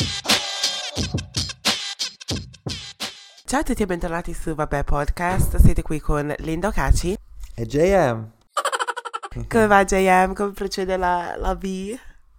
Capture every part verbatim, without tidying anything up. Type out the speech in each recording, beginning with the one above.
Ciao a tutti e bentornati su Vabbè Podcast, siete qui con Linda Ocaci e J M. Come va J M? Come procede la, la B?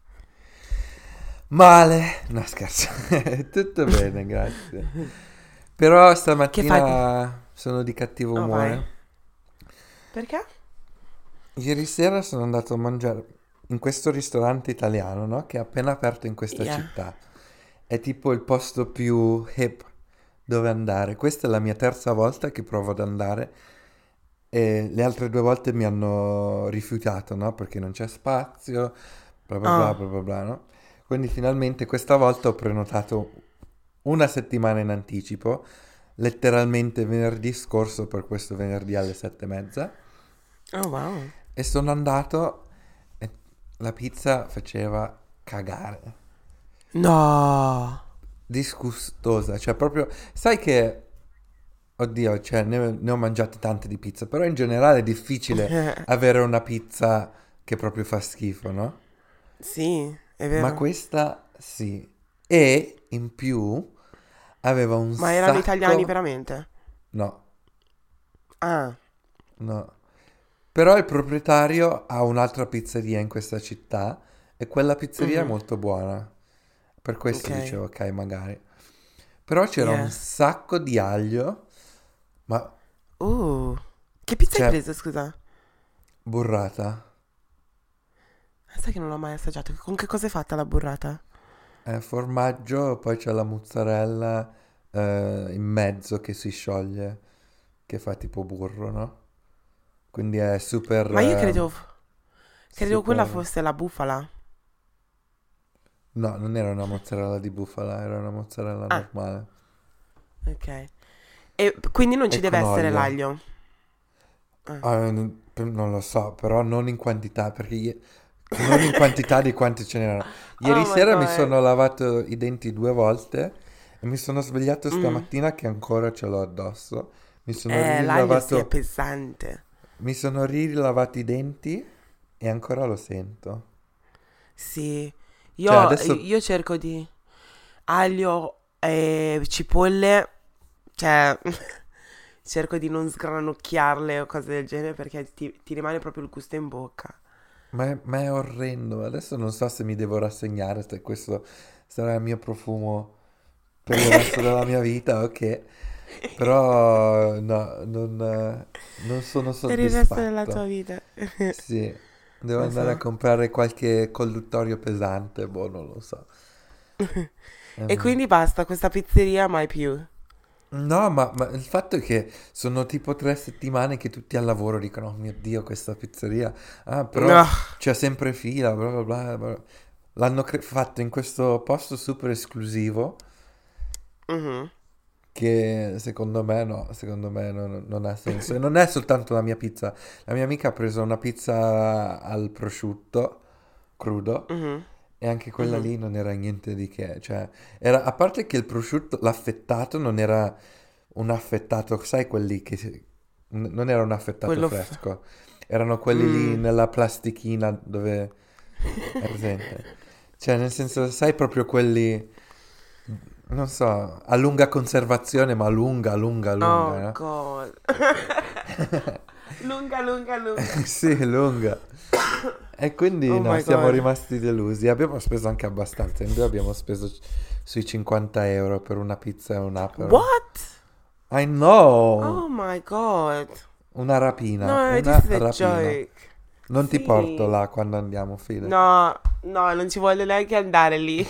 Male, no scherzo, tutto bene, grazie. Però stamattina sono di cattivo Oh, umore. vai. Perché? Ieri sera sono andato a mangiare in questo ristorante italiano, no? Che è appena aperto in questa Yeah. città. È tipo il posto più hip dove andare. Questa è la mia terza volta che provo ad andare e le altre due volte mi hanno rifiutato, no? Perché non c'è spazio, bla bla bla Oh. bla bla bla, no? Quindi finalmente questa volta ho prenotato una settimana in anticipo, letteralmente venerdì scorso per questo venerdì alle sette e mezza, Oh wow. e sono andato e la pizza faceva cagare. No. Disgustosa, cioè proprio, sai che, oddio, cioè ne, ne ho mangiate tante di pizza, però in generale è difficile avere una pizza che proprio fa schifo, no? Sì, è Ma vero. questa sì, e in più aveva un Ma erano italiani sacco, veramente? no, Ah, no, però il proprietario ha un'altra pizzeria in questa città e quella pizzeria è mhm. molto buona, per questo Ok, dicevo ok magari, però c'era un yeah. sacco di aglio, ma Uh, che pizza hai c'è preso, scusa? burrata, Ah, sai che non l'ho mai assaggiato. Con che cosa è fatta la burrata? è formaggio, poi c'è la mozzarella eh, in mezzo che si scioglie, che fa tipo burro, no? Quindi è super, Ma io eh, credevo, credevo quella super... fosse la bufala. No, non era una mozzarella di bufala, era una mozzarella Ah, normale. ok. E quindi non ci E deve con essere olio. l'aglio. Ah. Ah, non, non lo so, però non in quantità, perché ie- non in quantità di quanti ce n'erano. Ieri Oh my sera mi god. sono lavato i denti due volte e mi sono svegliato Mm. stamattina che ancora ce l'ho addosso. Mi sono Eh, l'aglio sì è rilavato, pesante. mi sono rilavato i denti e ancora lo sento. Sì. Cioè, Io, adesso io cerco di aglio e cipolle. Cioè, cerco di non sgranocchiarle o cose del genere perché ti, ti rimane proprio il gusto in bocca. Ma è, ma è orrendo. Adesso non so se mi devo rassegnare, se questo sarà il mio profumo per il resto della mia vita, ok. Però no, non, eh, non sono Per il resto della tua soddisfatto. vita. Sì, devo Lo andare a so. comprare qualche colluttorio pesante, boh, non lo so. E Ehm, quindi basta, questa pizzeria mai più. no, ma, ma il fatto è che sono tipo tre settimane che tutti al lavoro dicono, oh mio Dio, questa pizzeria. Ah, però No. c'è sempre fila, bla bla bla, bla. L'hanno cre- fatto in questo posto super esclusivo Mhm. che secondo me no, secondo me non, non ha senso. E non è soltanto la mia pizza. La mia amica ha preso una pizza al prosciutto crudo Mhm. e anche quella Mhm. lì non era niente di che. Cioè, era, a parte che il prosciutto, l'affettato non era un affettato, sai quelli che... si- n- non era un affettato Quello... F- fresco. Erano quelli lì mm. nella plastichina dove... È presente? Cioè, nel senso, sai proprio quelli... Non so, a lunga conservazione, ma lunga, lunga, lunga, Oh no? god. Lunga, lunga, lunga. Sì, lunga. E quindi Oh no, my siamo god. rimasti delusi. Abbiamo speso anche abbastanza. In due abbiamo speso c- sui cinquanta euro per una pizza e un aperol. What? I know! Oh my god. Una rapina, No, this una is a rapina. joke. Non ti porto Sì. là quando andiamo, fidati. No, no, non ci voglio neanche andare lì.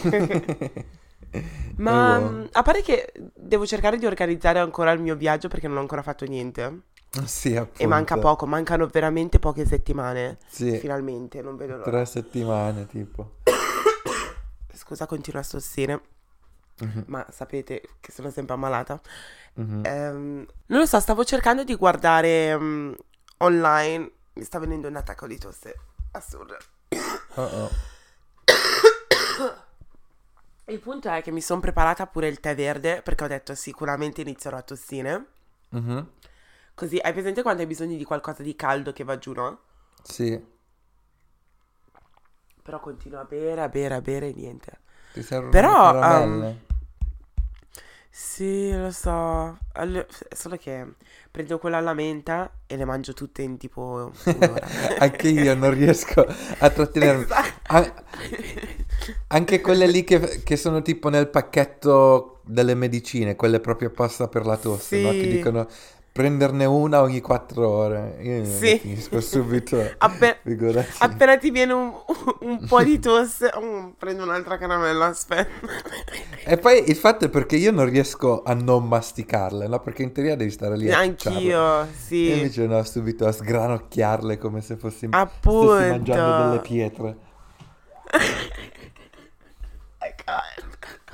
E Ma wow. mm, a parte che devo cercare di organizzare ancora il mio viaggio perché non ho ancora fatto niente. Sì, E manca appunto. poco, mancano veramente poche settimane. Sì, Finalmente, non vedo tre l'ora. settimane tipo. Scusa, continuo a tossire, Mhm, ma sapete che sono sempre ammalata. mhm. Ehm, non lo so, stavo cercando di guardare mm, online. Mi sta venendo un attacco di tosse assurdo. Oh oh. Il punto è che mi sono preparata pure il tè verde perché ho detto sicuramente inizierò a tossire. Mhm. Così, hai presente quando hai bisogno di qualcosa di caldo che va giù, no? Sì. Però continuo a bere, a bere, a bere e niente. Ti servono le Però, caramelle? um, sì, lo so. Allo- Solo che prendo quella alla menta e le mangio tutte in tipo un'ora. Anche io non riesco a trattenermi. Esatto. A- Anche quelle lì che, che sono tipo nel pacchetto delle medicine, quelle proprio apposta per la tosse, no? Che Sì, dicono prenderne una ogni quattro ore. Io le sì. finisco subito, Appe- figurati. Appena ti viene un, un po' di tosse, mm, prendo un'altra caramella, aspetta. E poi il fatto è perché io non riesco a non masticarle, no? Perché in teoria devi stare lì a ciucciarle. Anch'io, E sì. invece no, subito a sgranocchiarle come se fossi, stessi Appunto. mangiando delle pietre. My God.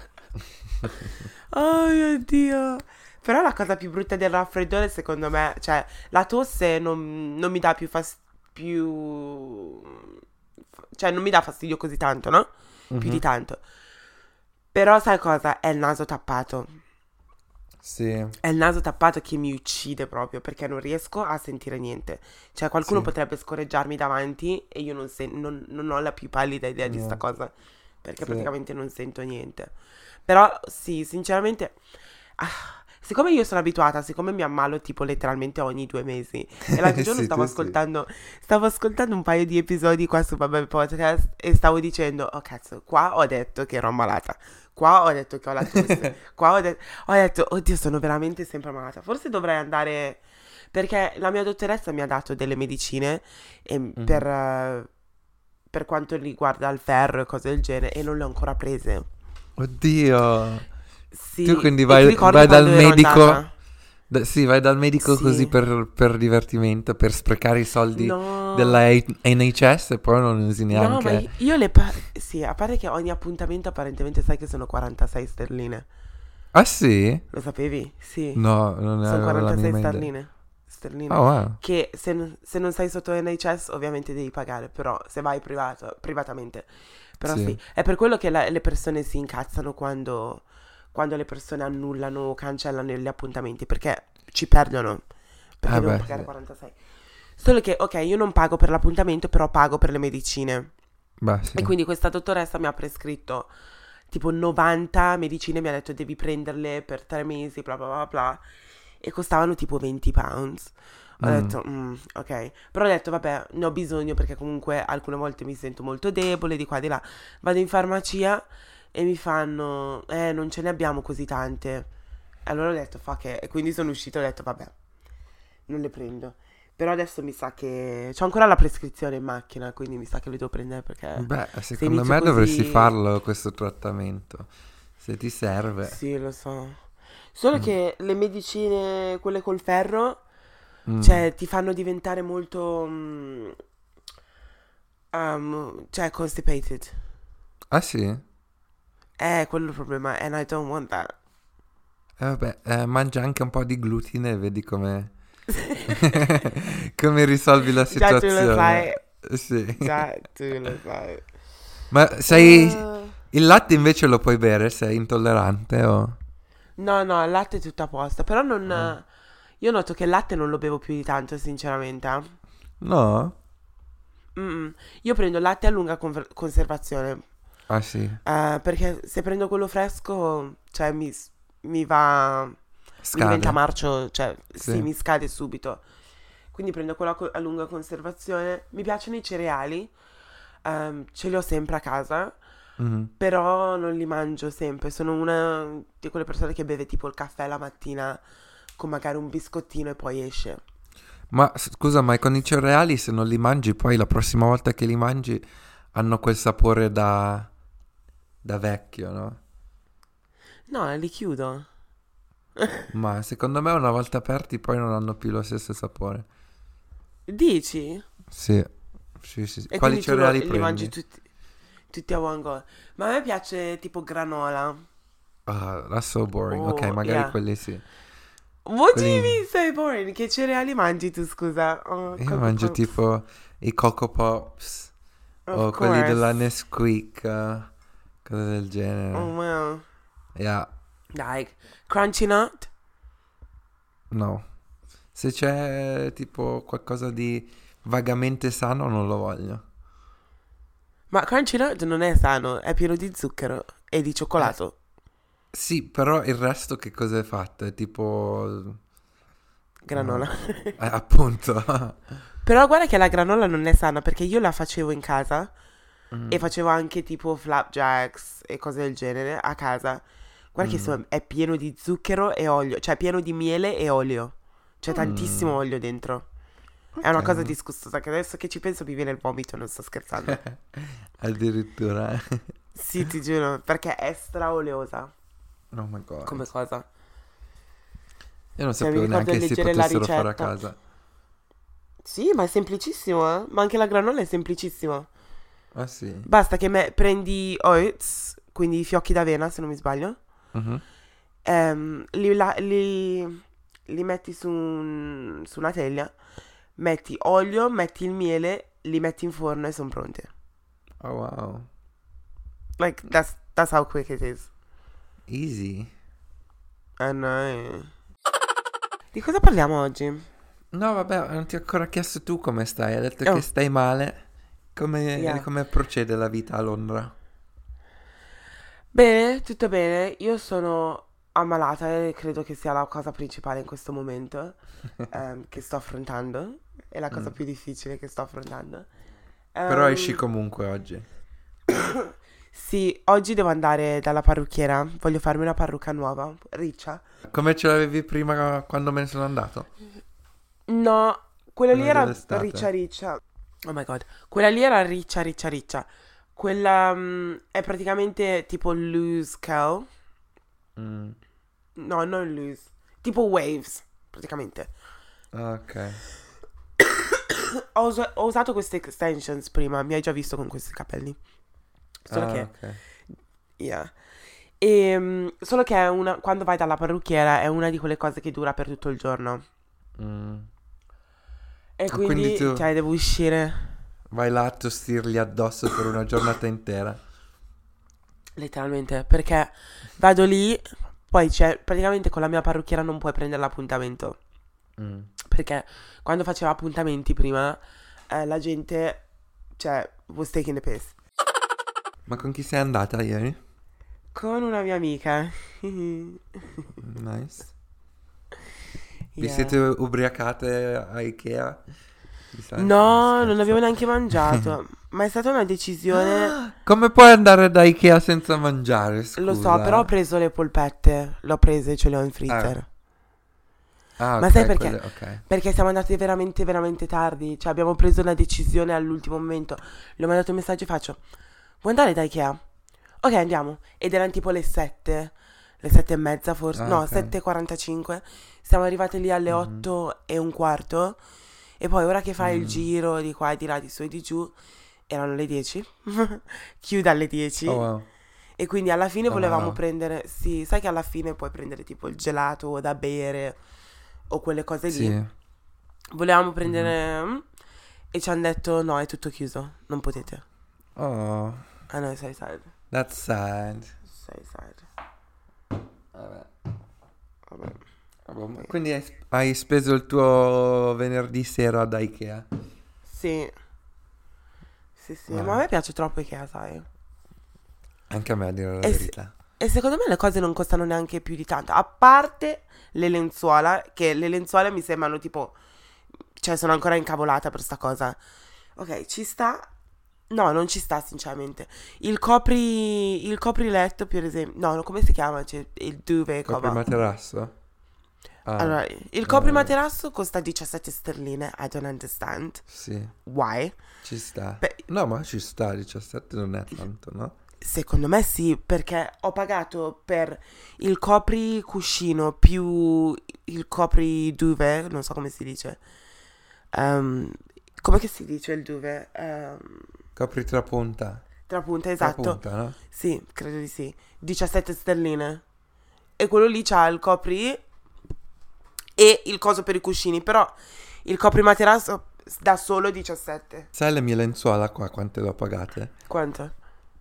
Oh mio Dio. Però la cosa più brutta del raffreddore, secondo me, cioè, la tosse non, non mi dà più fastidio, più... cioè, non mi dà fastidio così tanto, no? Più di Mhm. tanto. Però sai cosa? È il naso tappato. Sì, È il naso tappato che mi uccide proprio perché non riesco a sentire niente. Cioè, qualcuno sì. potrebbe scorreggiarmi davanti e io non, sen- non, non ho la più pallida idea di sta Niente. cosa perché Sì. praticamente non sento niente. Però, sì, sinceramente, ah, siccome io sono abituata, siccome mi ammalo tipo letteralmente ogni due mesi, e l'altro giorno Sì, stavo tu sì. ascoltando, stavo ascoltando un paio di episodi qua su Babel Podcast e stavo dicendo, oh cazzo, qua ho detto che ero ammalata. Qua ho detto che ho la tosse. Qua ho, de- ho detto, oddio, sono veramente sempre ammalata. Forse dovrei andare. Perché la mia dottoressa mi ha dato delle medicine e- per, Mhm. eh, per quanto riguarda il ferro e cose del genere e non le ho ancora prese. Oddio. Tu Sì, quindi e ti vai, ricordi vai dal quando ero medico, andata? da- sì, vai dal medico così Sì. per, per divertimento, per sprecare i soldi No. della N H S e poi non usi No, ma neanche. io, io le... pa- sì, a parte che ogni appuntamento apparentemente sai che sono quarantasei sterline. Ah sì? Lo sapevi? Sì. No, non ne Sono avevo la quarantasei minima idea. sterline. Oh Sterline. wow. Che se, non- se non sei sotto N H S ovviamente devi pagare, però se vai privato, privatamente. Però Sì. sì, è per quello che la- le persone si incazzano quando, quando le persone annullano o cancellano gli appuntamenti, perché ci perdono, perché Ah devono beh, pagare sì. quarantasei. Solo che, ok, io non pago per l'appuntamento, però pago per le medicine. Beh, E sì. quindi questa dottoressa mi ha prescritto tipo novanta medicine, mi ha detto devi prenderle per tre mesi, bla bla bla bla, e costavano tipo venti pounds. Ho Mm. detto, "Mm, ok, però ho detto, vabbè, ne ho bisogno perché comunque alcune volte mi sento molto debole, di qua, di là. Vado in farmacia e mi fanno, eh, non ce ne abbiamo così tante. E allora ho detto, fa che, e quindi sono uscita e ho detto, vabbè, non le prendo. Però adesso mi sa che c'ho ancora la prescrizione in macchina, quindi mi sa che le devo prendere perché Beh, se secondo inizio me dovresti così, farlo questo trattamento. Se ti serve. sì, lo so. Solo Mm. che le medicine, quelle col ferro, Mm. cioè, ti fanno diventare molto, mm, um, cioè, constipated. Ah sì? Eh, quello è il problema, and I don't want that. Eh, vabbè, eh, mangia anche un po' di glutine e vedi come... come risolvi la Già tu lo situazione. sai, Sì. già tu lo sai. Ma sei... Ah, Il latte invece lo puoi bere? Sei intollerante o... no, no, il latte è tutto a posto, però Ah. non... Io noto che il latte non lo bevo più di tanto, sinceramente. eh. No? Mm-mm. Io prendo il latte a lunga conver- conservazione, Ah sì. eh, perché se prendo quello fresco, cioè, mi, s- mi va... mi diventa Scade. marcio, cioè, sì, Sì. mi scade subito. Quindi prendo quello a, co- a lunga conservazione. Mi piacciono i cereali, ehm, ce li ho sempre a casa, Mhm. però non li mangio sempre. Sono una di quelle persone che beve tipo il caffè la mattina con magari un biscottino e poi esce. Ma scusa, ma con i cereali se non li mangi, poi la prossima volta che li mangi hanno quel sapore da, da vecchio, no? No, li chiudo. Ma secondo me una volta aperti poi non hanno più lo stesso sapore. Dici? Sì, sì, sì, sì. E Quali quindi tu lo- cereali li mangi prendi? tutti, tutti a one go. Ma a me piace tipo granola. Ah, that's so boring. Ok, Oh, magari yeah. quelli sì. What do you Quelli... mean so boring? Che cereali mangi tu, scusa? Oh, Io Coco mangio Pops. tipo i Coco Pops Of o quelli della course. Nesquik, eh, cose del Oh, genere. wow. Yeah, Dai, Crunchy Nut? no. Se c'è tipo qualcosa di vagamente sano non lo voglio. Ma Crunchy Nut non è sano, è pieno di zucchero. e di cioccolato. Sì, però il resto che cosa è fatto? È tipo... Granola. no, eh, appunto. Però guarda che la granola non è sana perché io la facevo in casa e Mm, facevo anche tipo flapjacks e cose del genere a casa. Guarda che mm, so- è pieno di zucchero e olio, cioè pieno di miele e olio. C'è tantissimo mm. olio dentro. È Ok. una cosa disgustosa che adesso che ci penso mi viene il vomito, non sto scherzando. Addirittura. Sì, ti giuro, perché è straoleosa Oh my god. come cosa. Io non Cioè, mi sapevo ricordo neanche di si leggere la potessero fare a ricetta. casa. Sì, ma è semplicissimo, eh? Ma anche la granola è semplicissima. Ah sì. Basta che me- prendi oats, quindi i fiocchi d'avena, se non mi sbaglio. Mhm. Ehm, li, la- li- li metti su, un- su una teglia, metti olio, metti il miele, li metti in forno e sono pronti. Oh wow. Like, that's, that's how quick it is. Easy. Eh, no, eh. Di cosa parliamo oggi? No, vabbè, non ti ho ancora chiesto tu come stai. Hai detto che Oh, stai male. Come, yeah. come procede la vita a Londra? Bene, tutto bene. Io sono ammalata e credo che sia la cosa principale in questo momento ehm, che sto affrontando. È la cosa Mm. più difficile che sto affrontando. Però esci Ehm, comunque oggi. sì, oggi devo andare dalla parrucchiera. Voglio farmi una parrucca nuova, riccia. Come ce l'avevi prima quando me ne sono andato? No, quella lì Quella era dell'estate. riccia riccia. Oh my god. Quella lì era riccia riccia riccia. Quella mm, è praticamente tipo loose curl. Mm. No, non loose. Tipo waves, praticamente. Ok. Ho, usa- ho usato queste extensions prima, mi hai già visto con questi capelli. Solo Ah, che, ok. yeah. E, solo che è una, quando vai dalla parrucchiera è una di quelle cose che dura per tutto il giorno. Mm. E Quindi quindi, tu cioè, devo uscire. vai là a tostirli addosso per una giornata intera. Letteralmente, perché vado lì, poi c'è, praticamente con la mia parrucchiera non puoi prendere l'appuntamento. Mm. Perché quando faceva appuntamenti prima, eh, la gente, cioè, was taking the piss. Ma con chi sei andata ieri? Con una mia amica. Nice. Vi Yeah. siete ubriacate a Ikea? Mi sa- no, No, non scherzo. avevo neanche mangiato. Ma è stata una decisione. Come puoi andare da Ikea senza mangiare, Lo so, però ho scusa? preso le polpette. L'ho prese e ce le ho in Ah, freezer. ah, Ma sai ok, perché? quelle, ok. Perché siamo andati veramente, veramente tardi. Cioè, abbiamo preso una decisione all'ultimo momento. Le ho mandato un messaggio e faccio: vuoi andare da Ikea? Ok, andiamo. Ed erano tipo le sette. Le sette e mezza forse. Ah, No, ok. sette e quarantacinque. Siamo arrivati lì alle Mhm. otto e un quarto. E poi ora che fai il Mm. giro di qua e di là, di su e di giù, erano le dieci. Chiude alle Oh dieci. wow. E quindi alla fine Oh volevamo wow. prendere. Sì, sai che alla fine puoi prendere tipo il gelato da bere o quelle cose lì. Sì. Volevamo Mhm. prendere. mm, E ci hanno detto: no, è tutto chiuso. Non potete. Oh, Ah no, sei sad. that's sad. Sei sad. Vabbè. Vabbè. Vabbè, ma Poi- quindi hai, hai speso il tuo venerdì sera da Ikea? Sì. Sì, sì. Ma a Wow. me piace troppo Ikea, sai. Anche a me a dire la E, se- verità. e secondo me le cose non costano neanche più di tanto. A parte le lenzuola, che le lenzuola mi sembrano tipo. Cioè, sono ancora incavolata per sta cosa. Ok, ci sta. No, non ci sta, sinceramente. Il copri. Il copriletto, per esempio. No, no, come si chiama? Cioè, il duvet, Copri come. materasso? Ah, Allora, il eh, coprimaterasso costa diciassette sterline. I don't understand. sì, Why? ci sta. Beh, No, ma ci sta, diciassette non è tanto, no? secondo me sì, perché ho pagato per il copricuscino più il copri duvet, non so come si dice. Ehm, come che si dice il duvet? Ehm, Copri trapunta. trapunta, esatto. Trapunta, no? Sì, credo di sì. diciassette sterline. E quello lì c'ha il copri e il coso per i cuscini, però il coprimaterasso da solo diciassette. Sai le mie lenzuola qua quante le ho pagate? Quanto?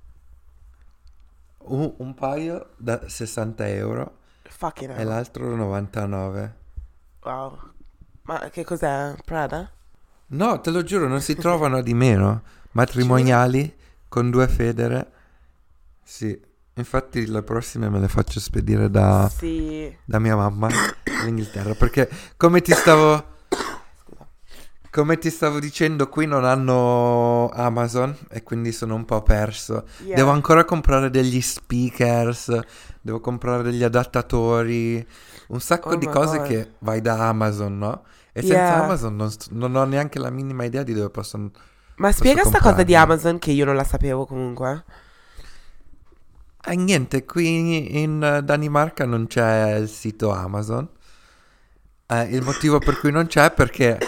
Un, un paio da sessanta euro Fucking e hell. l'altro novantanove. Wow. Ma che cos'è? Prada? No, te lo giuro, non si trovano di meno. Giuro? Matrimoniali con due federe. Sì, infatti le prossime me le faccio spedire da, Sì. da mia mamma in Inghilterra, perché come ti stavo... Scusa. Come ti stavo dicendo, qui non hanno Amazon e quindi sono un po' perso. Devo Yeah. ancora comprare degli speakers, devo comprare degli adattatori, un sacco Oh di my cose god. che vai da Amazon, no? E senza Yeah. Amazon non, st- non ho neanche la minima idea di dove posso, Ma posso spiega sta cosa di comprarli. Amazon che io non la sapevo comunque. E niente, qui in eh, Danimarca non c'è il sito Amazon. Eh, il motivo per cui non c'è è perché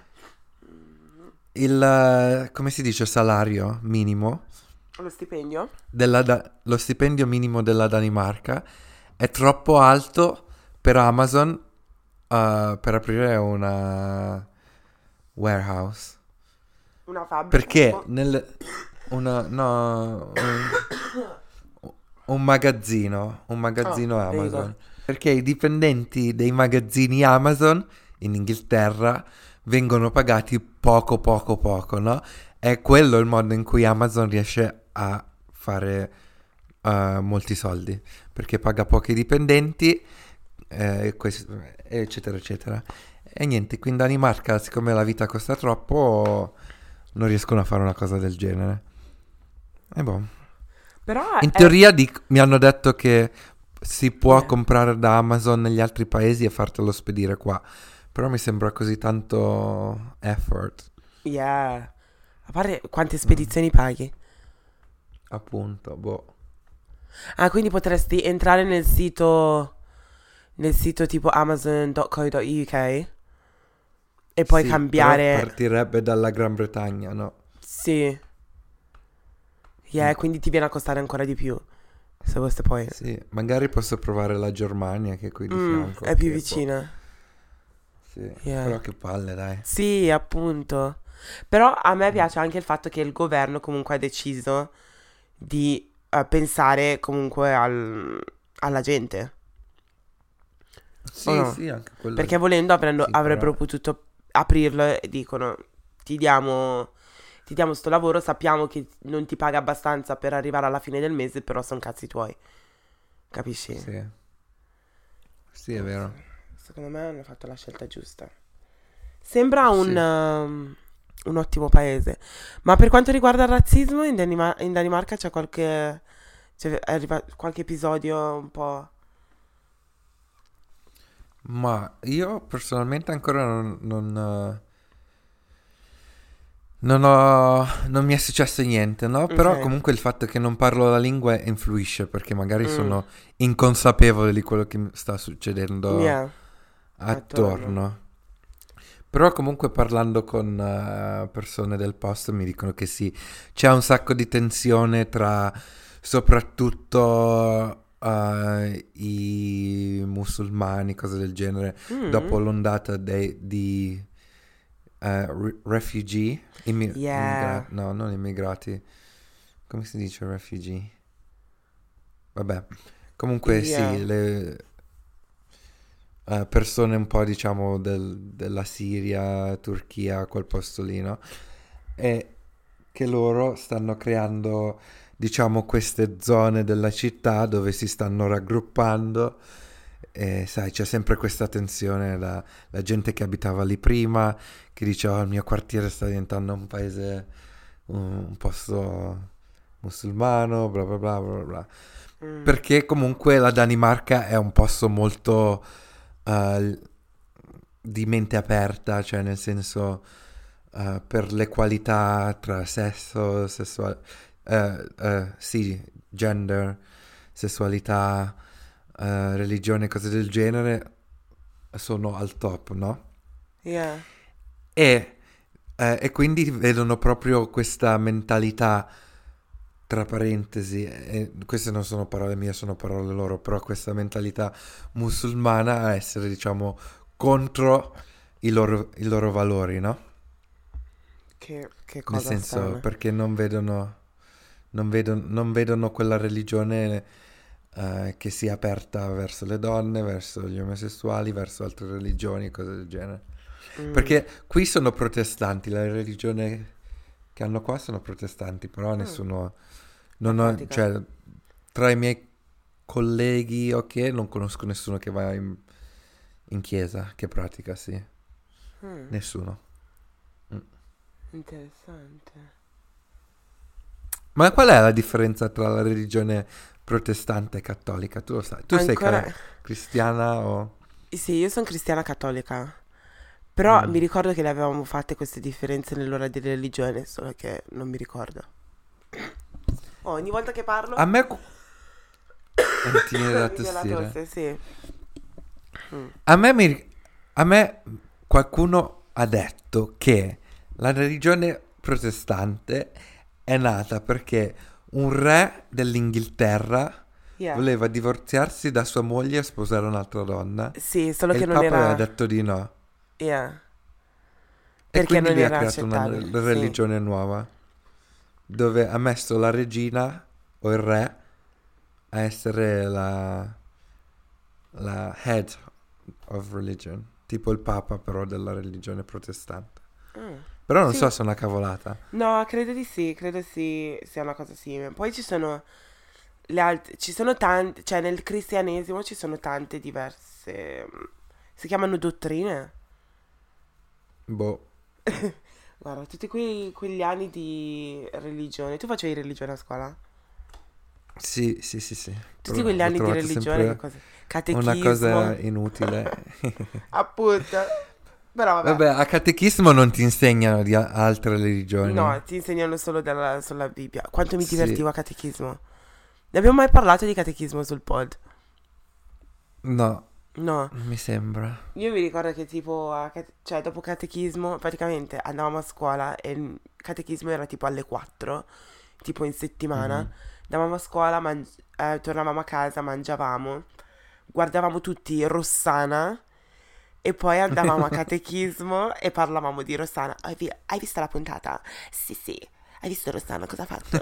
il, eh, come si dice, salario minimo Lo stipendio? della Da- lo stipendio minimo della Danimarca è troppo alto per Amazon uh, per aprire una warehouse. Una fabbrica Perché tipo? nel una no un, un magazzino, un Oh, magazzino there you go. Amazon. Perché i dipendenti dei magazzini Amazon in Inghilterra vengono pagati poco poco poco, no? È quello il modo in cui Amazon riesce a fare uh, molti soldi, perché paga pochi dipendenti, eh, quest- eccetera, eccetera. E niente, qui in Danimarca, siccome la vita costa troppo, non riescono a fare una cosa del genere. E boh. Però In è... teoria dic- mi hanno detto che si può Yeah. comprare da Amazon negli altri paesi e fartelo spedire qua. Però mi sembra così tanto effort. Yeah. A parte quante Mm, spedizioni paghi? appunto, boh. Ah, quindi potresti entrare nel sito... Nel sito tipo amazon punto co punto uk e poi Sì, però cambiare... partirebbe dalla Gran Bretagna, no? Sì. Yeah, Mm, quindi ti viene a costare ancora di più. Se questo poi... sì, magari posso provare la Germania che è qui di Mm, fianco. è più Che boh, vicina. sì, Yeah. però che palle, dai. Sì, appunto. Però a me Mm. piace anche il fatto che il governo comunque ha deciso di eh, pensare comunque al- alla gente. O Sì, no? sì, anche quello. Perché volendo avranno- Sì, però avrebbero potuto aprirlo e dicono ti diamo, ti diamo sto lavoro, sappiamo che non ti paga abbastanza per arrivare alla fine del mese, però sono cazzi tuoi. Capisci? sì, sì, è vero. Secondo me hanno fatto la scelta giusta. Sembra un, Sì. um, un ottimo paese. Ma per quanto riguarda il razzismo, in, Danima- in Danimarca c'è qualche, c'è arriva- qualche episodio un po'... Ma io personalmente ancora non, non, eh, non ho, non mi è successo niente, no? Però Ok. comunque il fatto che non parlo la lingua influisce perché magari Mm, sono inconsapevole di quello che mi sta succedendo yeah, attorno. attorno. Però comunque parlando con eh, persone del posto mi dicono che sì, c'è un sacco di tensione tra soprattutto eh, i musulmani, cose del genere, dopo Mm, l'ondata dei, di eh, re- refugee, immi- yeah. immigrati, no, non immigrati, come si dice refugee? Vabbè, comunque Yeah. sì, le eh, persone un po' diciamo del- della Siria, Turchia, quel posto lì, no? E che loro stanno creando, diciamo, queste zone della città dove si stanno raggruppando e sai, c'è sempre questa tensione, la, la gente che abitava lì prima, che dice, oh, il mio quartiere sta diventando un paese, un, un posto musulmano, bla bla bla bla bla. Mm, Perché comunque la Danimarca è un posto molto eh, di mente aperta, cioè nel senso eh, per le qualità tra sesso, sessuale, eh, eh, sì, gender, sessualità, eh, religione, cose del genere sono al top, no? yeah. E, eh, e quindi vedono proprio questa mentalità, tra parentesi, e queste non sono parole mie, sono parole loro, però questa mentalità musulmana a essere, diciamo, contro i loro, i loro valori, no? Che, che Nel cosa senso, strana. perché non vedono, non vedono, non vedono quella religione eh, che sia aperta verso le donne, verso gli omosessuali, verso altre religioni, cose del genere. Mm, Perché qui sono protestanti, la religione che hanno qua sono protestanti, però mm, nessuno, non ho, simpatica. cioè, tra i miei colleghi, ok, non conosco nessuno che va in, in chiesa, che pratica, sì. Mm, Nessuno. Mm. interessante. Ma qual è la differenza tra la religione protestante e cattolica? Tu lo sai. Tu sei Ancora... ca- cristiana o... Sì, io sono cristiana cattolica. Però Mm. mi ricordo che le avevamo fatte queste differenze nell'ora di religione, solo che non mi ricordo. Oh, ogni volta che parlo A me... cu- eh, ti viene da mi viene la tossire. tosse, sì. Mm. A me, mi- a me qualcuno ha detto che la religione protestante è nata perché un re dell'Inghilterra Yeah. voleva divorziarsi da sua moglie e sposare un'altra donna Sì, solo e che il non Papa aveva era... detto di no. Yeah. E Perché quindi non lui ha era creato una accettabile, re- sì. religione nuova dove ha messo la regina o il re a essere la, la head of religion, tipo il Papa però della religione protestante. Mm. Però non so Sì. se è una cavolata. No, credo di sì, credo sì, sia una cosa simile. Poi ci sono le altre, ci sono tante, cioè nel cristianesimo ci sono tante diverse, mm, si chiamano dottrine. Boh, Guarda, tutti quei, quegli anni di religione. Tu facevi religione a scuola? sì, sì, sì, sì. Tutti Però quegli l'ho anni di trovato religione, che sempre cosa? una cosa Catechismo. inutile. Appunto. Però vabbè. Vabbè, a catechismo non ti insegnano di a- altre religioni. No, ti insegnano solo dalla, sulla Bibbia. Quanto mi Sì, divertivo a catechismo. Ne abbiamo mai parlato di catechismo sul pod? no, No. non mi sembra. Io mi ricordo che tipo, a cate- cioè dopo catechismo, praticamente andavamo a scuola e il catechismo era tipo alle quattro, tipo in settimana. Mhm. Andavamo a scuola, mangi- eh, tornavamo a casa, mangiavamo, guardavamo tutti Rossana e poi andavamo a catechismo e parlavamo di Rossana. Hai, vi- hai visto la puntata? Sì, sì. Hai visto Rossana cosa ha fatto?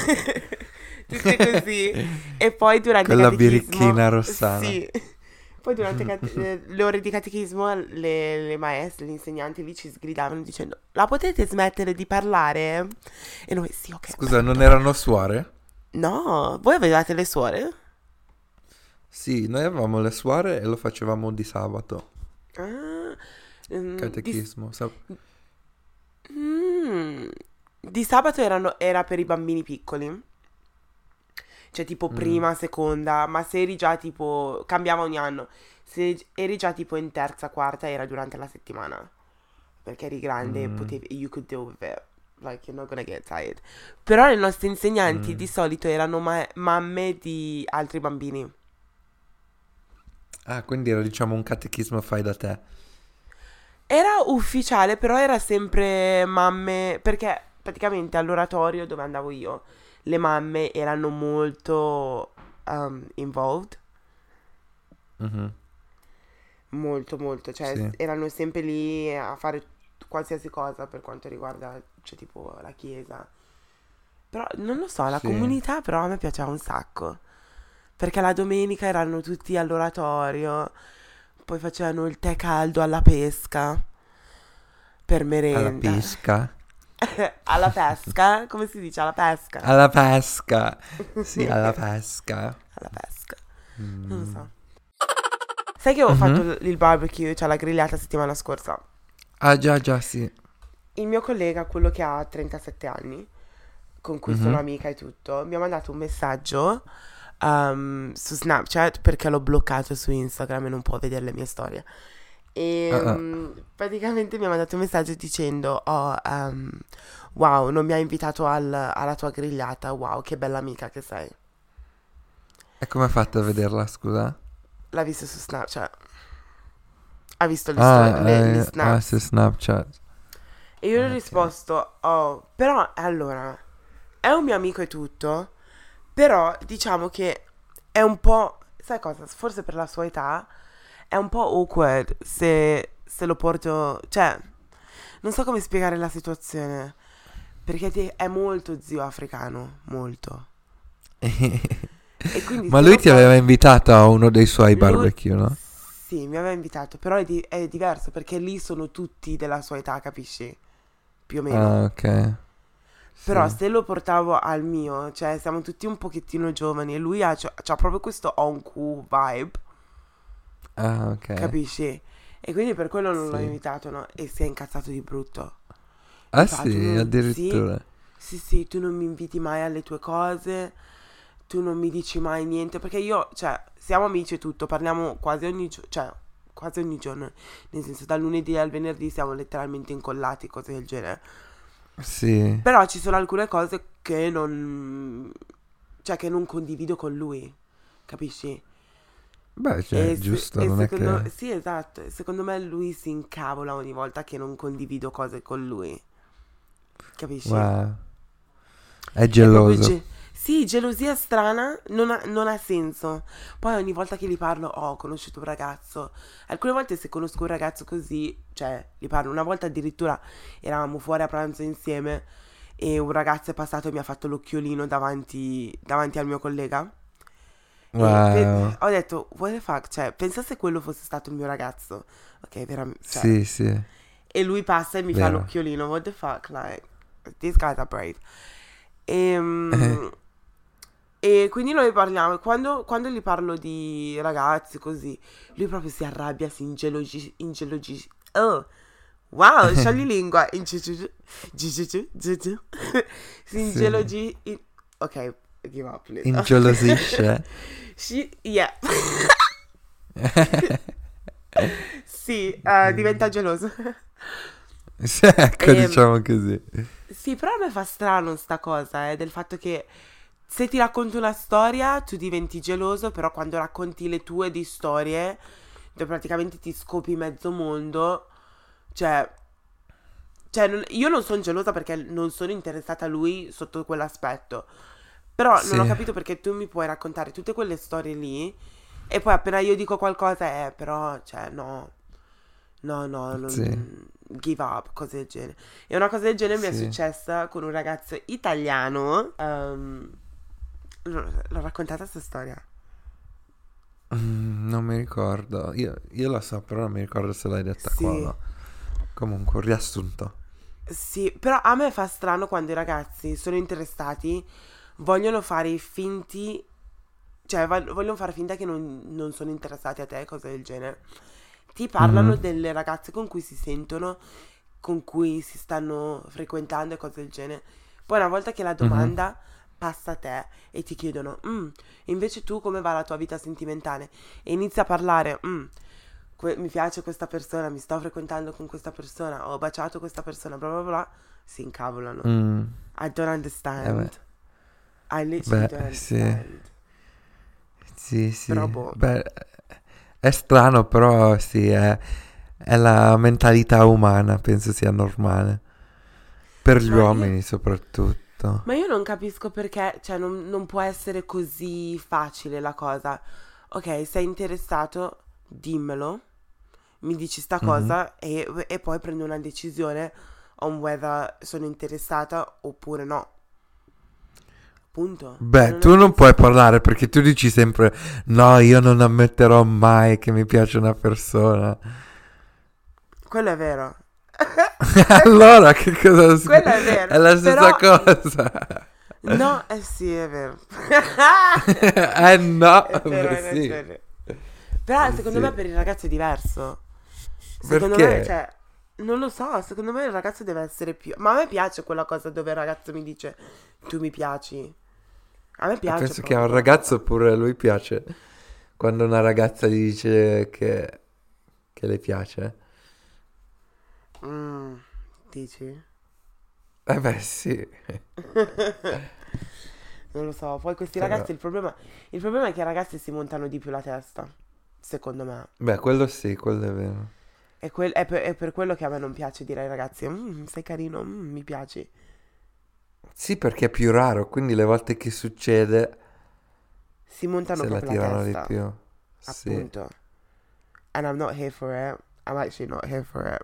Tutte così. E poi durante Con il la catechismo, birichina rossana. sì. Poi durante cate- eh, le ore di catechismo le, le maestre, gli insegnanti lì ci sgridavano dicendo la potete smettere di parlare? E noi sì, ok, Scusa, non perdona. erano suore? No, voi avevate le suore? Sì, noi avevamo le suore e lo facevamo di sabato. Ah, mm, di, s- Catechismo. sa- mm, di sabato erano, era per i bambini piccoli. Cioè tipo Mm, prima, seconda, ma se eri già tipo, cambiava ogni anno. Se eri già tipo in terza, quarta, era durante la settimana. Perché eri grande e mm, potevi, you could deal with it. Like, you're not gonna get tired. Però le nostre insegnanti di mm. solito erano ma- mamme di altri bambini. Ah, quindi era diciamo un catechismo fai da te. Era ufficiale, però era sempre mamme, perché praticamente all'oratorio dove andavo io, le mamme erano molto um, involved, Mhm, molto molto, cioè s- sì, erano sempre lì a fare qualsiasi cosa per quanto riguarda, cioè tipo la chiesa. Però non lo so, la sì. comunità però a me piaceva un sacco, perché la domenica erano tutti all'oratorio, poi facevano il tè caldo alla pesca per Alla merenda. pesca. Alla pesca? Come si dice? Alla pesca? Alla pesca. Sì, alla pesca. Alla pesca. Non lo Mm. so. Sai che ho fatto Mhm. il il barbecue, cioè la grigliata settimana scorsa? Ah, già, già, sì. Il mio collega, quello che ha trentasette anni, con cui sono Mhm. amica e tutto, mi ha mandato un messaggio um, su Snapchat perché l'ho bloccato su Instagram e non può vedere le mie storie. E Ah, ah. um, praticamente mi ha mandato un messaggio dicendo: Oh, um, wow, non mi hai invitato al- alla tua grigliata. Wow, che bella amica che sei. E come hai fatto a vederla, scusa? L'ha visto su Snapchat. Ha visto le, sto- Ah, le- le eh, ah, su snaps. Snapchat. E io gli ho Ok. risposto: Oh, però allora, è un mio amico e tutto. Però diciamo che è un po'. Sai cosa? Forse per la sua età è un po' awkward se, se lo porto. Cioè, non so come spiegare la situazione. Perché ti- è molto zio africano. Molto. E quindi Ma se lui lo ti aveva porto. invitato a uno dei suoi Lui. barbecue, no? Sì, mi aveva invitato. Però è, di- è diverso perché lì sono tutti della sua età, capisci? Più o meno. Ah, ok. Però sì. se lo portavo al mio, cioè siamo tutti un pochettino giovani e lui ha, c'ha c'ha proprio questo on cool vibe, Ah, ok. capisci? E quindi per quello non l'ho Sì. invitato, no? E si è incazzato di brutto. Mi Ah fa, tu sì, non... Sì, addirittura. sì, sì, tu non mi inviti mai alle tue cose, tu non mi dici mai niente, perché io, cioè, siamo amici e tutto, parliamo quasi ogni giorno, cioè, quasi ogni giorno, nel senso, dal lunedì al venerdì siamo letteralmente incollati, cose del genere. Sì. Però ci sono alcune cose che non... cioè, che non condivido con lui, capisci? Beh, cioè, E, se- giusto, e non è secondo... che... Sì, esatto, e secondo me lui si incavola ogni volta che non condivido cose con lui, capisci? Wow. È È proprio geloso. ge- sì, gelosia strana, non ha, non ha senso. Poi ogni volta che gli parlo, oh, ho conosciuto un ragazzo. Alcune volte se conosco un ragazzo così, cioè, gli parlo. Una volta addirittura eravamo fuori a pranzo insieme e un ragazzo è passato e mi ha fatto l'occhiolino davanti, davanti al mio collega. E pe- Wow. ho detto, what the fuck, cioè, pensa se quello fosse stato il mio ragazzo. Ok, veramente, cioè. Sì, sì, E lui passa e mi fa vero. l'occhiolino, what the fuck, like, these guys are brave. Eh, Ehm, E, quindi noi parliamo, e quando, quando gli parlo di ragazzi così, lui proprio si arrabbia, si ingelogi, ingelogi, oh, wow, sciogli lingua, ingelogi, gigigiu, gigiu. Si sì. ingelogi, in- ok, give up, please. Ingelosisce. She, yeah, sì, eh, diventa geloso. Sì, ecco, E, diciamo così. sì, però a me fa strano sta cosa, eh, del fatto che se ti racconto una storia tu diventi geloso, però quando racconti le tue di storie, dove praticamente ti scopi mezzo mondo, cioè, cioè non- io non sono gelosa perché non sono interessata a lui sotto quell'aspetto, però non ho Sì, capito perché tu mi puoi raccontare tutte quelle storie lì e poi appena io dico qualcosa, eh, però, cioè, no, no, no, sì, non... give up, cose del genere. E una cosa del genere mi è sì. successa con un ragazzo italiano. ehm, L'ho l'ho raccontata questa storia? Mm, non mi ricordo. Io, io la so, però non mi ricordo se l'hai detta qua o Sì, no. Comunque, un riassunto. sì, però a me fa strano quando i ragazzi sono interessati, vogliono fare i finti, cioè vo- vogliono fare finta che non, non sono interessati a te, cose del genere. Ti parlano Mhm, delle ragazze con cui si sentono, con cui si stanno frequentando e cose del genere. Poi una volta che la mhm. domanda passa a te e ti chiedono, "Mm, invece tu come va la tua vita sentimentale?" E inizia a parlare, "Mm, que- mi piace questa persona, mi sto frequentando con questa persona, ho baciato questa persona, bla bla bla", si incavolano. Mm, I don't eh beh, understand. I literally beh, don't sì, understand. sì, Però sì. boh. Beh, è strano, però sì, è, è la mentalità umana, penso sia normale. Per gli Ma io, uomini soprattutto. ma io non capisco perché, cioè, non, non può essere così facile la cosa. Ok, sei interessato, dimmelo, mi dici sta Mhm. cosa e, e poi prendo una decisione on whether sono interessata oppure no. Punto. Cioè, Beh, non ha tu non senso. puoi parlare perché tu dici sempre no, io non ammetterò mai che mi piace una persona. Quello è vero. Allora, che cosa... s- Quello è È vero. la stessa Però, cosa. no, eh sì, è vero. Eh no, È vero, beh, hai sì. ragione. Però Eh secondo me sì. per il ragazzo è diverso. Secondo me, Perché? cioè, non lo so, secondo me il ragazzo deve essere più... Ma a me piace quella cosa dove il ragazzo mi dice, tu mi piaci. A me E piace penso che a proprio un quella cosa. ragazzo pure a lui piace quando una ragazza gli dice che, che le piace. Mm, dici? Eh beh, sì. Non lo so, poi questi Però... ragazzi il problema, il problema è che i ragazzi si montano di più la testa, secondo me. Beh, quello sì, quello è vero. È, quel- è per, è per quello che a me non piace dire ai ragazzi, "Mm, sei carino, mm, mi piaci." Sì, perché è più raro, quindi le volte che succede Si montano se la proprio la tirano di testa, più. Sì. appunto. And I'm not here for it. I'm actually not here for it.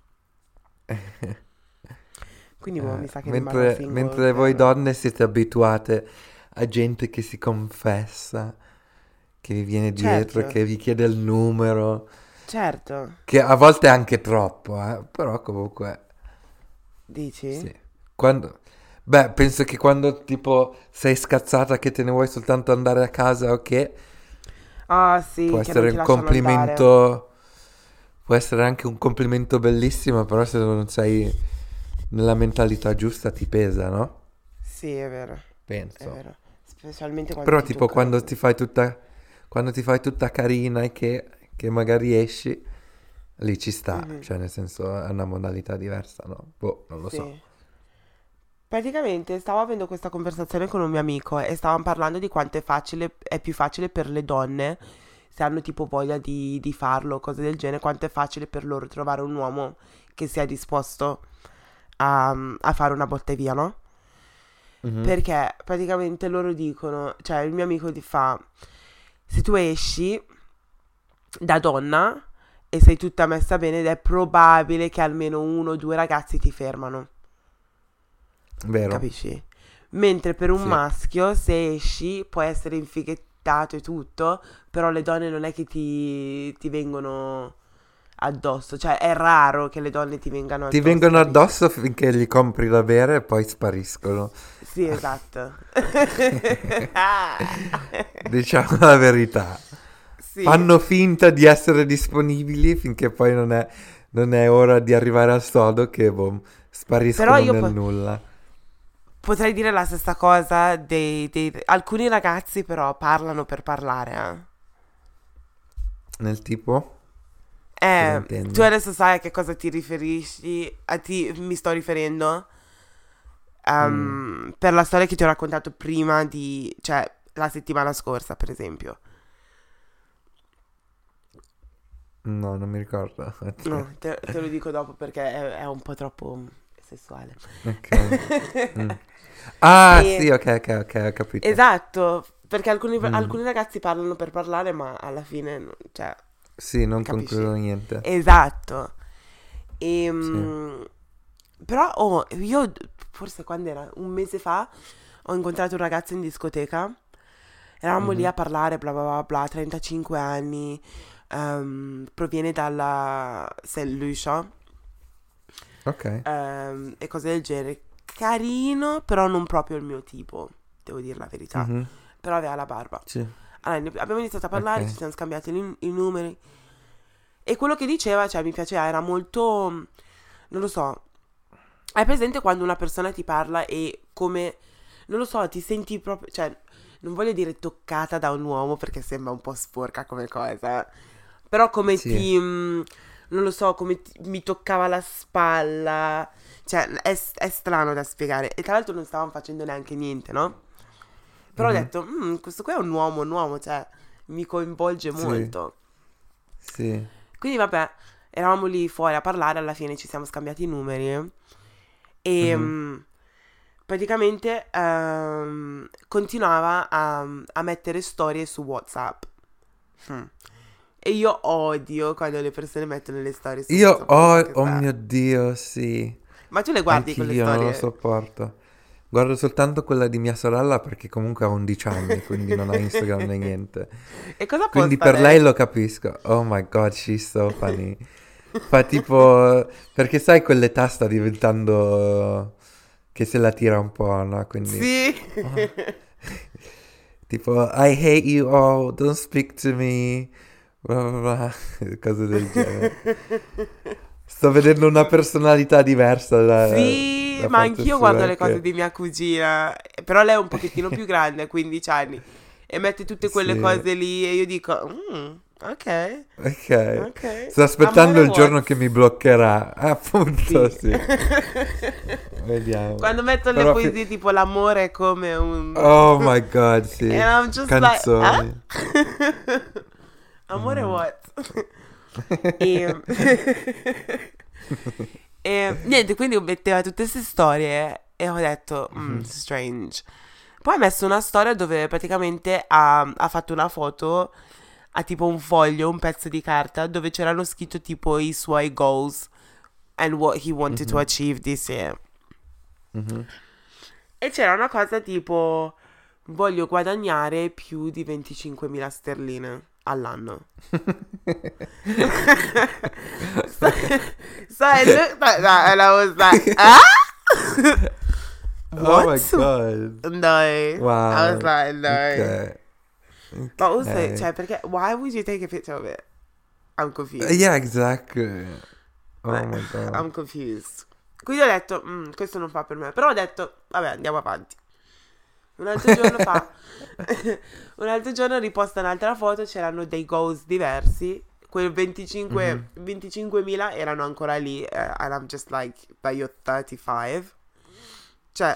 Quindi boh, Eh, mi sa che rimarrò mentre, single mentre voi per... donne siete abituate a gente che si confessa, che vi viene dietro, Certo, che vi chiede il numero, certo, che a volte è anche troppo, eh, però comunque dici? sì. Quando... Beh, penso che quando tipo sei scazzata che te ne vuoi soltanto andare a casa, ok, Ah può sì, che non essere ti un lasciano andare. complimento, può essere anche un complimento bellissimo, però se non sei nella mentalità giusta ti pesa, no? Sì, è vero, è Penso. vero. Specialmente quando Però ti tipo toccano quando così. ti fai tutta, quando ti fai tutta carina e che, che magari esci, lì ci sta, Mhm, cioè nel senso è una modalità diversa, no? Boh, non lo so. sì. Praticamente stavo avendo questa conversazione con un mio amico e stavamo parlando di quanto è facile, è più facile per le donne, se hanno tipo voglia di, di farlo, cose del genere, quanto è facile per loro trovare un uomo che sia disposto a, a fare una botta e via, no? Mhm. Perché praticamente loro dicono, cioè il mio amico ti fa, se tu esci da donna e sei tutta messa bene ed è probabile che almeno uno o due ragazzi ti fermano, Vero? capisci? Mentre per un Sì. maschio se esci puoi essere infighettato e tutto, però le donne non è che ti, ti vengono addosso, cioè è raro che le donne ti vengano Ti addosso, vengono capisci? addosso finché gli compri da bere e poi spariscono. Sì, esatto. Diciamo la verità. Sì, Fanno finta di essere disponibili finché poi non è, non è ora di arrivare al sodo che boh, però spariscono io nel po- nulla. potrei dire la stessa cosa dei, dei- alcuni ragazzi però parlano per parlare, Nel tipo? eh. Cosa Eh, tu intendi? adesso sai a che cosa ti riferisci? A ti mi sto riferendo? Mm, Ehm, per la storia che ti ho raccontato prima di, cioè, la settimana scorsa, per esempio. no, non mi ricordo. No, te, te lo dico dopo perché è, è un po' troppo sessuale. Ok. Mm. Ah, sì, E ok, ok, ok, ho capito. esatto, perché alcuni, Mm. alcuni ragazzi parlano per parlare, ma alla fine, non- cioè, Sì, non capisci? concludo niente. Esatto. E, Sì. però, oh, io forse quando era un mese fa ho incontrato un ragazzo in discoteca. Eravamo lì Mhm. a parlare, bla bla bla bla, trentacinque anni, ehm, proviene dalla Saint Lucia, Ok. ehm, e cose del genere. Carino, però non proprio il mio tipo, devo dire la verità. Mhm. Però aveva la barba. Sì. Allora, ne- abbiamo iniziato a Ok. parlare, ci siamo scambiati i, i numeri. E quello che diceva, cioè, mi piaceva, era molto, non lo so, hai presente quando una persona ti parla e come, non lo so, ti senti proprio, cioè, non voglio dire toccata da un uomo perché sembra un po' sporca come cosa, però come Sì. ti, mm, non lo so, come ti- mi toccava la spalla, cioè, è, è strano da spiegare. E tra l'altro non stavamo facendo neanche niente, no? Però ho Mhm. detto, "Mm, questo qua è un uomo, un uomo, cioè, mi coinvolge Sì. molto." Sì. Quindi vabbè, eravamo lì fuori a parlare, alla fine ci siamo scambiati i numeri e Mhm. mm, praticamente ehm, continuava a, a mettere storie su WhatsApp. Mm. E io odio quando le persone mettono le storie su Io WhatsApp, non ho... so che Oh sta. mio Dio, sì. Ma tu le guardi quelle Anch'io non lo storie? sopporto. Guardo soltanto quella di mia sorella perché comunque ha undici anni, quindi non ha Instagram né niente. E cosa Quindi posta per lei lei? lo capisco. Oh my god, she's so funny. Fa tipo... Perché sai quell'età sta diventando... che se la tira un po', no? Quindi... Sì. oh. Tipo, I hate you all, don't speak to me. Bla bla bla. Cose del genere. Sto vedendo una personalità diversa da, Sì, da ma parte anch'io guardo sua le cose che... di mia cugina, però lei è un pochettino più grande, ha quindici anni, e mette tutte quelle Sì, cose lì e io dico, "Mm, ok, ok. ok, Sto aspettando amore il giorno what?" che mi bloccherà. Appunto, Sì. sì. Vediamo. Quando metto le Però... fi- poesie tipo l'amore è come un... Oh my god, And sì. I'm just like, ah? Canzoni. Amore Mm. what? E... e niente, quindi metteva tutte queste storie e ho detto, "Mm, Mhm. strange." Poi ha messo una storia dove praticamente ha, ha fatto una foto a tipo un foglio, un pezzo di carta, dove c'erano scritto tipo i suoi goals and what he wanted to Mhm. achieve this year. Mhm. E c'era una cosa tipo, voglio guadagnare più di venticinquemila sterline all'anno. So, so I looked at that and I was like, ah? Oh my What? god. No. I Wow. was like, no. Ok. But also, Ok. cioè, perché, why would you take a picture of it? I'm confused. Yeah, exactly. Oh Eh, my god. I'm confused. Quindi ho detto, "Mm, questo non fa per me." Però ho detto, vabbè, andiamo avanti. Un altro giorno fa, un altro giorno riposta un'altra foto, c'erano dei goals diversi. Quei venticinque, Mhm. venticinquemila erano ancora lì. eh, and I'm just like, but you're thirty-five. Cioè,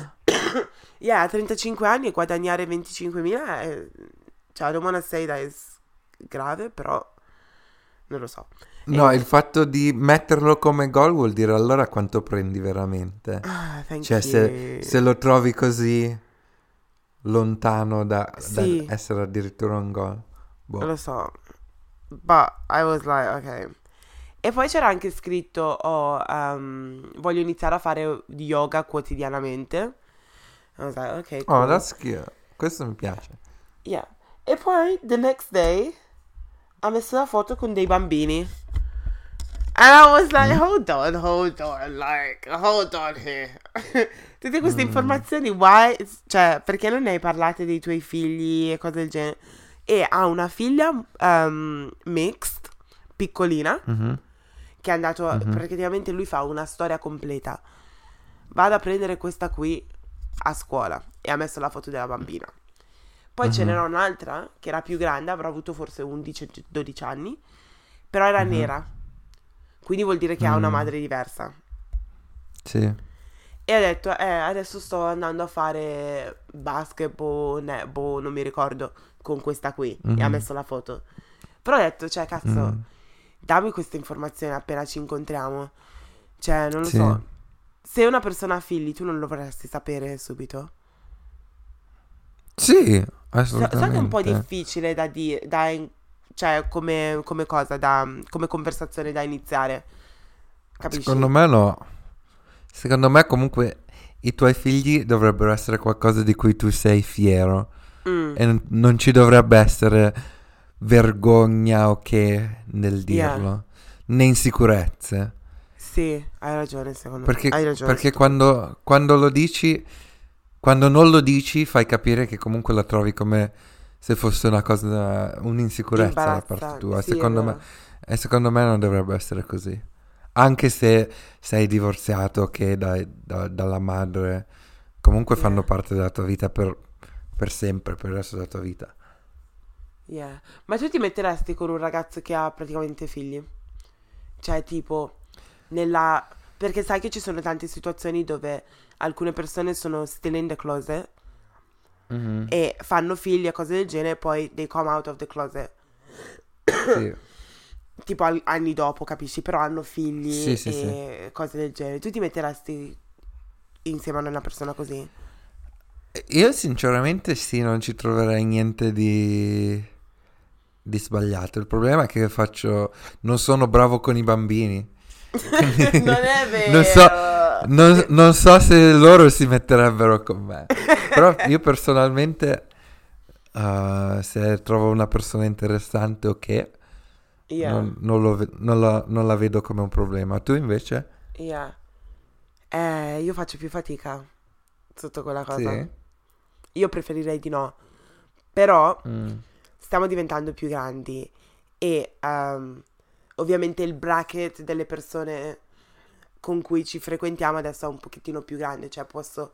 yeah, a trentacinque anni guadagnare venticinquemila è, cioè, I don't wanna say that is grave, però non lo so. No, il Anyway, fatto di metterlo come goal vuol dire allora quanto prendi veramente. ah, thank Cioè, se, you. se lo trovi così lontano da, da Sì, essere addirittura un goal. lo Boh. so. But I was like, ok. E poi c'era anche scritto, oh, um, voglio iniziare a fare yoga quotidianamente. I was like, ok, Oh, cool. that's cute. Questo mi piace. Yeah. E poi, the next day, ha messo la foto con dei bambini. And I was like, Mm? hold on, hold on, like, hold on here. Tutte queste Mm. informazioni, why? Cioè, perché non ne hai parlate dei tuoi figli e cose del genere? E ha una figlia um, mixed, piccolina, Mhm. che è andato, Mhm. praticamente lui fa una storia completa. Vado a prendere questa qui a scuola e ha messo la foto della bambina. Poi ce n'era Mhm. un'altra che era più grande, avrà avuto forse undici dodici anni, però era Mhm. nera. Quindi vuol dire che ha una Mm. madre diversa. Sì. E ha detto, eh, adesso sto andando a fare basketball, netball, non mi ricordo, con questa qui. E ha Mhm. messo la foto. Però ho detto, cioè, cazzo, Mm. dammi queste informazioni appena ci incontriamo. Cioè, non lo Sì. so. Se una persona ha figli, tu non lo vorresti sapere subito? Sì, So, so che è un po' assolutamente. difficile da dire, da in- cioè, come, come cosa, da, come conversazione da iniziare. Secondo Capisci? me no. Secondo me comunque i tuoi figli dovrebbero essere qualcosa di cui tu sei fiero Mm, e non, non ci dovrebbe essere vergogna o che nel yeah. dirlo, né insicurezze. Sì, hai ragione, secondo me. Hai Perché, ragione su perché tutto. quando, quando lo dici, quando non lo dici, fai capire che comunque la trovi come se fosse una cosa, un'insicurezza da parte Imbarazzante, tua. sì, è Secondo me, vero. e secondo me non dovrebbe essere così. Anche se sei divorziato, che dai- da- dalla madre comunque fanno Yeah, parte della tua vita per, per sempre, per il resto della tua vita. yeah. Ma tu ti metteresti con un ragazzo che ha praticamente figli? Cioè, tipo, nella... Perché sai che ci sono tante situazioni dove alcune persone sono still in the closet Mhm. e fanno figli e cose del genere, e poi they come out of the closet. Sì, Tipo al- anni dopo, capisci? Però hanno sì, figli sì, sì. e cose del genere. Tu ti metteresti insieme a una persona così? Io sinceramente sì, non ci troverei niente di, di sbagliato. Il problema è che faccio, non sono bravo con i bambini. Quindi Non è non so, vero. non, non so se loro si metterebbero con me. Però io personalmente, eh, se trovo una persona interessante o che, Yeah, non, non lo ve- non la, non la vedo come un problema. Tu invece? yeah. Eh, io faccio più fatica sotto quella cosa. Sì? Io preferirei di no. Però Mm. stiamo diventando più grandi e ehm, ovviamente il bracket delle persone con cui ci frequentiamo adesso è un pochettino più grande. Cioè posso,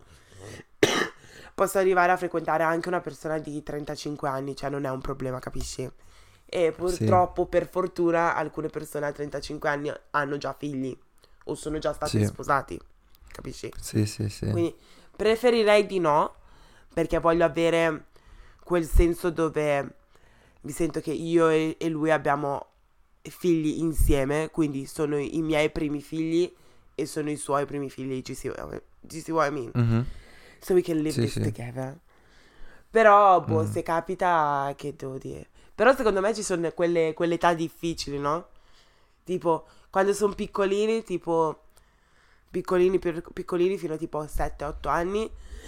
posso arrivare a frequentare anche una persona di trentacinque anni. Cioè non è un problema, capisci? E Sì, purtroppo, per fortuna, alcune persone a trentacinque anni hanno già figli o sono già stati sì, sposati, capisci? sì, sì, sì. Quindi preferirei di no, perché voglio avere quel senso dove mi sento che io e, e lui abbiamo figli insieme, quindi sono i miei primi figli e sono i suoi primi figli, do you see, what- do you see what I mean? Mhm. So we can live Sì, this sì. together. Però, boh, Mm. se capita, che devo dire. Però secondo me ci sono quelle, quelle età difficili, no? Tipo, quando sono piccolini, tipo, piccolini, per- piccolini fino a tipo sette otto anni,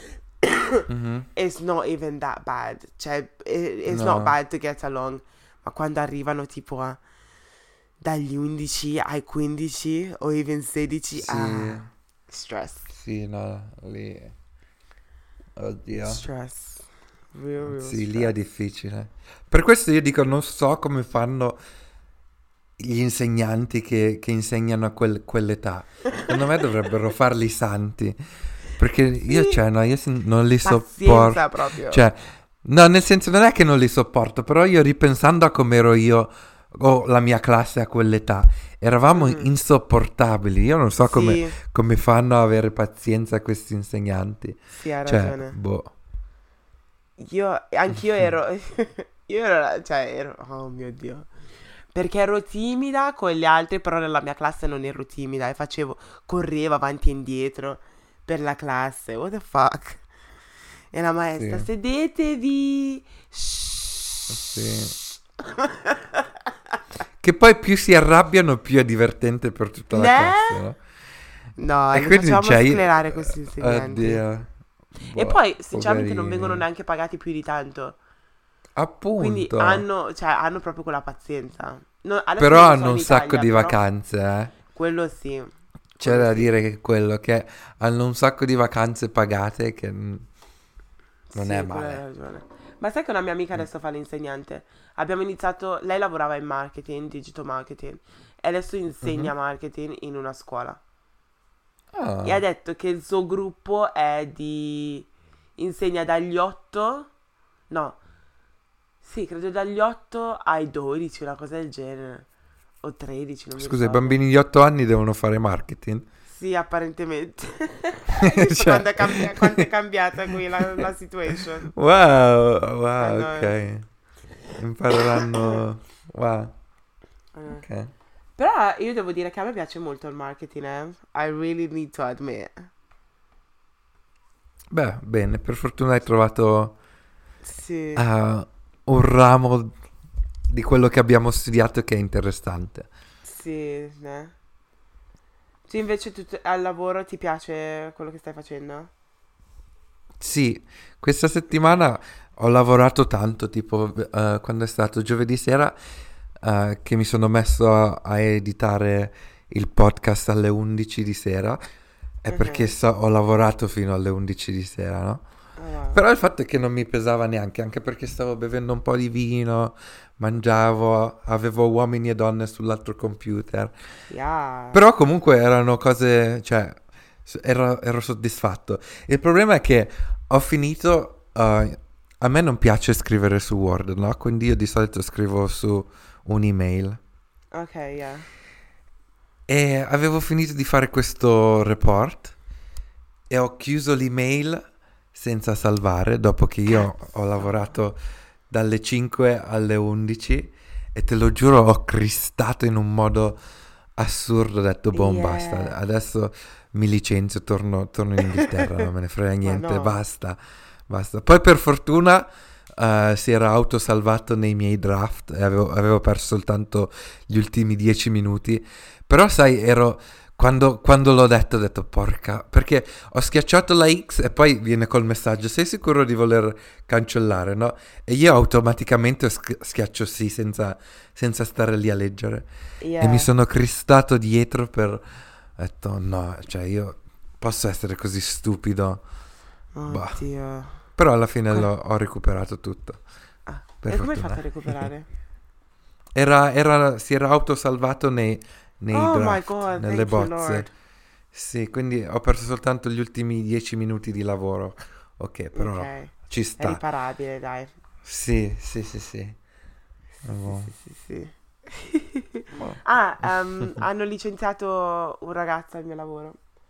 Mhm. it's not even that bad. Cioè, it- it's not No, bad to get along. Ma quando arrivano tipo a, dagli undici ai quindici o even sedici, sì, ah, stress. sì, no, lì, oddio, Stress. Real, real sì, lì è stress. difficile. Per questo io dico, non so come fanno gli insegnanti che, che insegnano a quel- quell'età. Secondo me dovrebbero farli santi, perché io, Sì. cioè, no, io sin- non li Pazienza sopporto, proprio. cioè, no, nel senso non è che non li sopporto, però io ripensando a come ero io o la mia classe a quell'età, eravamo Mhm. insopportabili. Io non so come, Sì, come fanno a avere pazienza questi insegnanti. sì, hai Cioè, ragione. boh. Io, anch'io ero, io ero, cioè, ero, oh mio Dio. Perché ero timida con gli altri, però nella mia classe non ero timida e facevo, correvo avanti e indietro per la classe. What the fuck? E la maestra, Sì, sedetevi. sì. Shh. Che poi più si arrabbiano, più è divertente per tutta la Né? classe, no? No, E li quindi, facevamo cioè, io... sclerare questi insegnanti. Oddio. E Boh, poi, sinceramente, non vengono poverini. neanche pagati più di tanto. Quindi Appunto. hanno, cioè, hanno proprio quella pazienza. No, adesso Però non lo so hanno in un sacco Italia, di però vacanze, eh. quello sì, C'è quello da sì. dire che quello, che hanno un sacco di vacanze pagate che mm, non è Sì, quello hai male. ragione. Ma sai che una mia amica Mm. adesso fa l'insegnante? Abbiamo iniziato, lei lavorava in marketing, digital marketing, e adesso Mhm. insegna marketing in una scuola. E ha Ah, detto che il suo gruppo è di... insegna dagli otto, no, sì, credo dagli otto ai dodici, una cosa del genere. O tredici, non mi scusa, i ricordo. bambini di otto anni devono fare marketing? Sì, apparentemente. Hai visto Cioè... quanto è, cambi- quanto è cambiata qui la, la situation? Wow, wow, Quando... ok. Impareranno... Wow, eh. ok. Però io devo dire che a me piace molto il marketing, eh. I really need to admit. Beh, bene, per fortuna hai trovato Sì, eh, un ramo di quello che abbiamo studiato che è interessante. sì, eh. Tu invece tu, al lavoro ti piace quello che stai facendo? Sì, questa settimana ho lavorato tanto, tipo eh, quando è stato giovedì sera eh, che mi sono messo a, a editare il podcast alle undici di sera, è perché Mhm. so- ho lavorato fino alle undici di sera, no? Oh, wow. Però il fatto è che non mi pesava neanche, anche perché stavo bevendo un po' di vino, mangiavo, avevo uomini e donne sull'altro computer. Yeah. Però comunque erano cose, cioè, s- ero, ero soddisfatto. Il problema è che ho finito, eh, a me non piace scrivere su Word, no? Quindi io di solito scrivo su un'email. Ok, yeah. E avevo finito di fare questo report e ho chiuso l'email senza salvare, dopo che io ho Cazzo. lavorato dalle cinque alle undici e te lo giuro ho cristato in un modo assurdo, ho detto boh basta, Yeah. adesso mi licenzio, torno, torno in Inghilterra, non me ne frega Ma niente, no. basta, basta. Poi per fortuna eh, si era autosalvato nei miei draft e avevo, avevo perso soltanto gli ultimi dieci minuti, però sai, ero... Quando, quando l'ho detto ho detto porca, perché ho schiacciato la X e poi viene col messaggio, sei sicuro di voler cancellare, no? E io automaticamente sch- schiaccio sì senza, senza stare lì a leggere. E mi Yeah. sono cristato dietro per... Ho detto no, cioè io posso essere così stupido. Bah. Oddio. Però alla fine Co- l'ho- ho recuperato tutto, ah. per E come hai fatto a fortuna. recuperare? Era, era- si era autosalvato nei, nei Oh my draft, god, nelle thank you bozze. Lord. Sì, quindi ho perso soltanto gli ultimi dieci minuti di lavoro. Ok, Ok. però ci È sta. riparabile, dai. Sì, sì, sì, sì. Sì, sì, Avevo- sì, sì, sì. oh. Ah, ehm, hanno licenziato un ragazzo al mio lavoro.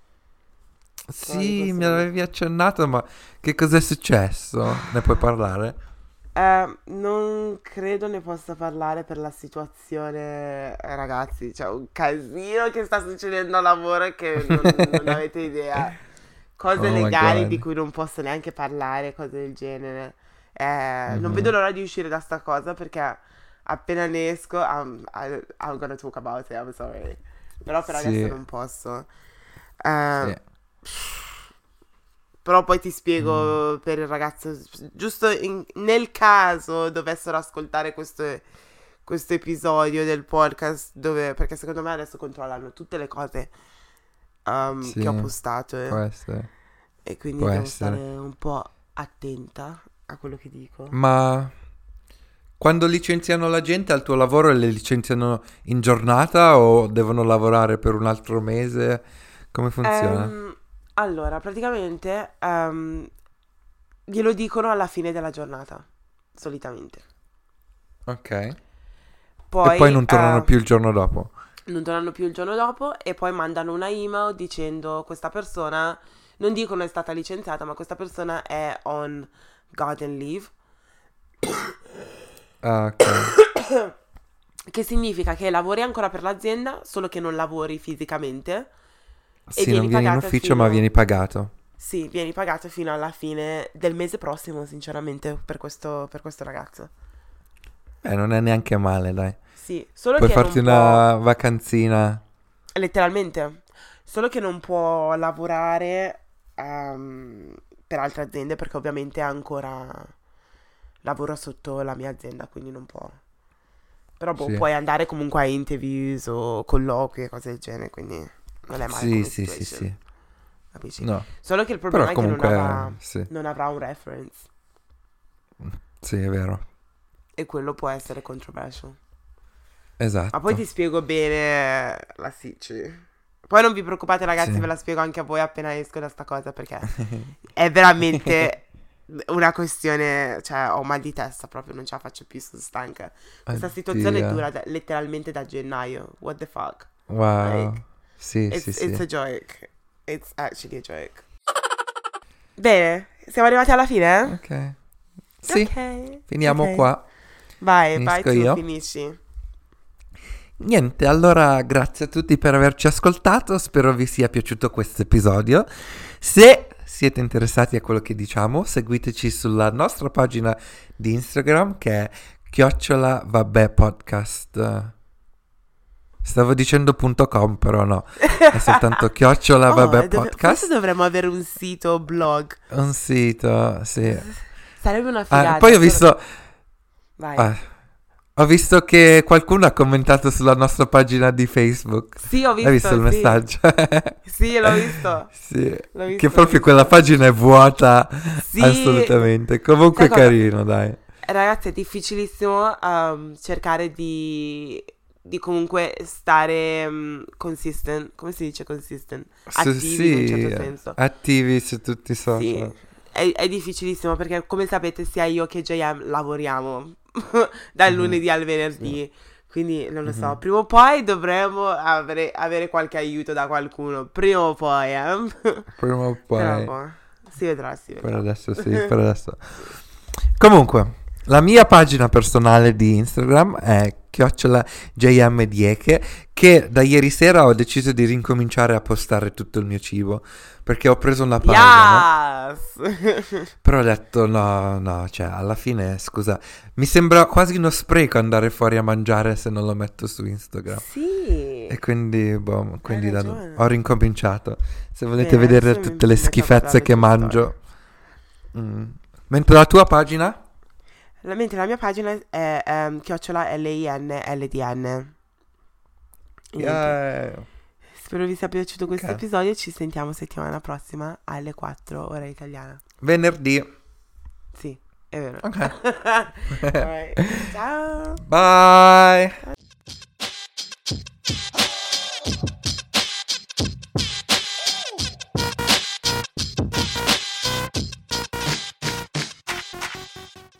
Però di Sì, questo mi non ne... avevi accennato, ma che cos'è successo? Ne puoi parlare? Eh, non credo ne possa parlare per la situazione, eh, ragazzi, c'è un casino che sta succedendo al lavoro che non, non avete idea. Cose Oh my legali di god. cui non posso neanche parlare, cose del genere. Eh, non vedo Mhm. l'ora di uscire da sta cosa perché appena ne esco, I'm, I- I'm gonna talk about it, I'm sorry. Però per adesso Sì, non posso. sì. Eh, però poi ti Mm. spiego per il ragazzo, giusto in- nel caso dovessero ascoltare questo, questo episodio del podcast, dove, perché secondo me adesso controllano tutte le cose um, Sì, che ho postato può eh. essere. E quindi Può devo essere. stare un po' attenta a quello che dico. Ma quando licenziano la gente al tuo lavoro le licenziano in giornata o devono lavorare per un altro mese? Come funziona? Ehm, allora, praticamente ehm, glielo dicono alla fine della giornata, solitamente. Ok. E poi Poi non tornano eh, più il giorno dopo. non tornano più il giorno dopo e poi mandano una email dicendo questa persona, non dicono è stata licenziata, ma questa persona è on garden leave, Ah, ok. che significa che lavori ancora per l'azienda, solo che non lavori fisicamente e Sì, non vieni vieni in pagato ufficio ma fino... vieni pagato. Sì, vieni pagato fino alla fine del mese prossimo, sinceramente, per questo, per questo ragazzo. Eh, non è neanche male, dai. Sì, solo Puoi che farti non può, una vacanzina. letteralmente, solo che non può lavorare ehm, per altre aziende perché ovviamente ancora lavora sotto la mia azienda, quindi non può. Però boh, Sì. puoi andare comunque a interviews o colloqui e cose del genere, quindi non è male Sì, come sì, sì, situation, sì. capisci? No, Solo che il però problema è che non avrà, comunque sì, non avrà un reference sì, è vero. e quello può essere controversial. Ma poi Esatto. ti spiego bene la Sicci. Poi non vi preoccupate ragazzi, Sì. ve la spiego anche a voi appena esco da sta cosa perché è veramente una questione, cioè ho mal di testa proprio, non ce la faccio più, sono stanca. Questa situazione Oddio. dura da- letteralmente da gennaio. What the fuck? Wow. Like, Sì, sì, it's, it's sì. a joke. It's actually a joke. Bene, siamo arrivati alla fine? Ok. Sì, Ok, finiamo ok. qua. Vai, vai Finisco tu, io. finisci. Niente, allora grazie a tutti per averci ascoltato, spero vi sia piaciuto questo episodio. Se siete interessati a quello che diciamo, seguiteci sulla nostra pagina di Instagram che è chiocciola vabbè podcast. Stavo dicendo punto .com, però no, è soltanto chiocciola Oh, vabbè e dov- forse podcast. dovremmo avere un sito blog. Un sito, sì. Sarebbe una Ah, figata. poi ho solo- visto... Vai. ah, ho visto che qualcuno ha commentato sulla nostra pagina di Facebook. Sì, ho Hai visto il visto, sì. messaggio? Sì, l'ho visto. Sì, L'ho che visto, l'ho proprio visto. quella pagina è vuota, Sì. assolutamente. Comunque Sai cosa? carino, dai. Ragazzi, è difficilissimo um, cercare di, di comunque stare um, consistent. Come si dice consistent? Su- Attivi in un sì, certo senso. attivi su tutti i Sì, social. è, è difficilissimo perché come sapete sia io che J M lavoriamo dal Mhm, lunedì al sì. venerdì. Quindi non lo so, Mhm. prima o poi dovremo avere, avere qualche aiuto da qualcuno. Prima o poi, eh. Prima o Però poi. boh, si vedrà, si Per vedrà. adesso sì, per adesso. Sì. Comunque, la mia pagina personale di Instagram è chiocciola jmdieche, che da ieri sera ho deciso di rincominciare a postare tutto il mio cibo, perché ho preso una pausa, no? Yes! Però ho detto no, no, cioè alla fine, scusa, mi sembra quasi uno spreco andare fuori a mangiare se non lo metto su Instagram. Sì, E quindi, boh, quindi da- ragione. ho rincominciato. Se volete Bene, vedere adesso mi- tutte le mi metto a schifezze guardare che le tue mangio. Mm. Mentre la tua pagina? La- Mentre la mia pagina è ehm, chiocciola L I N L D N. E niente. Yeah. Spero vi sia piaciuto questo Ok. episodio. Ci sentiamo settimana prossima alle quattro ora italiana. Venerdì. Sì, è vero. Ok. Alright. Ciao. Bye.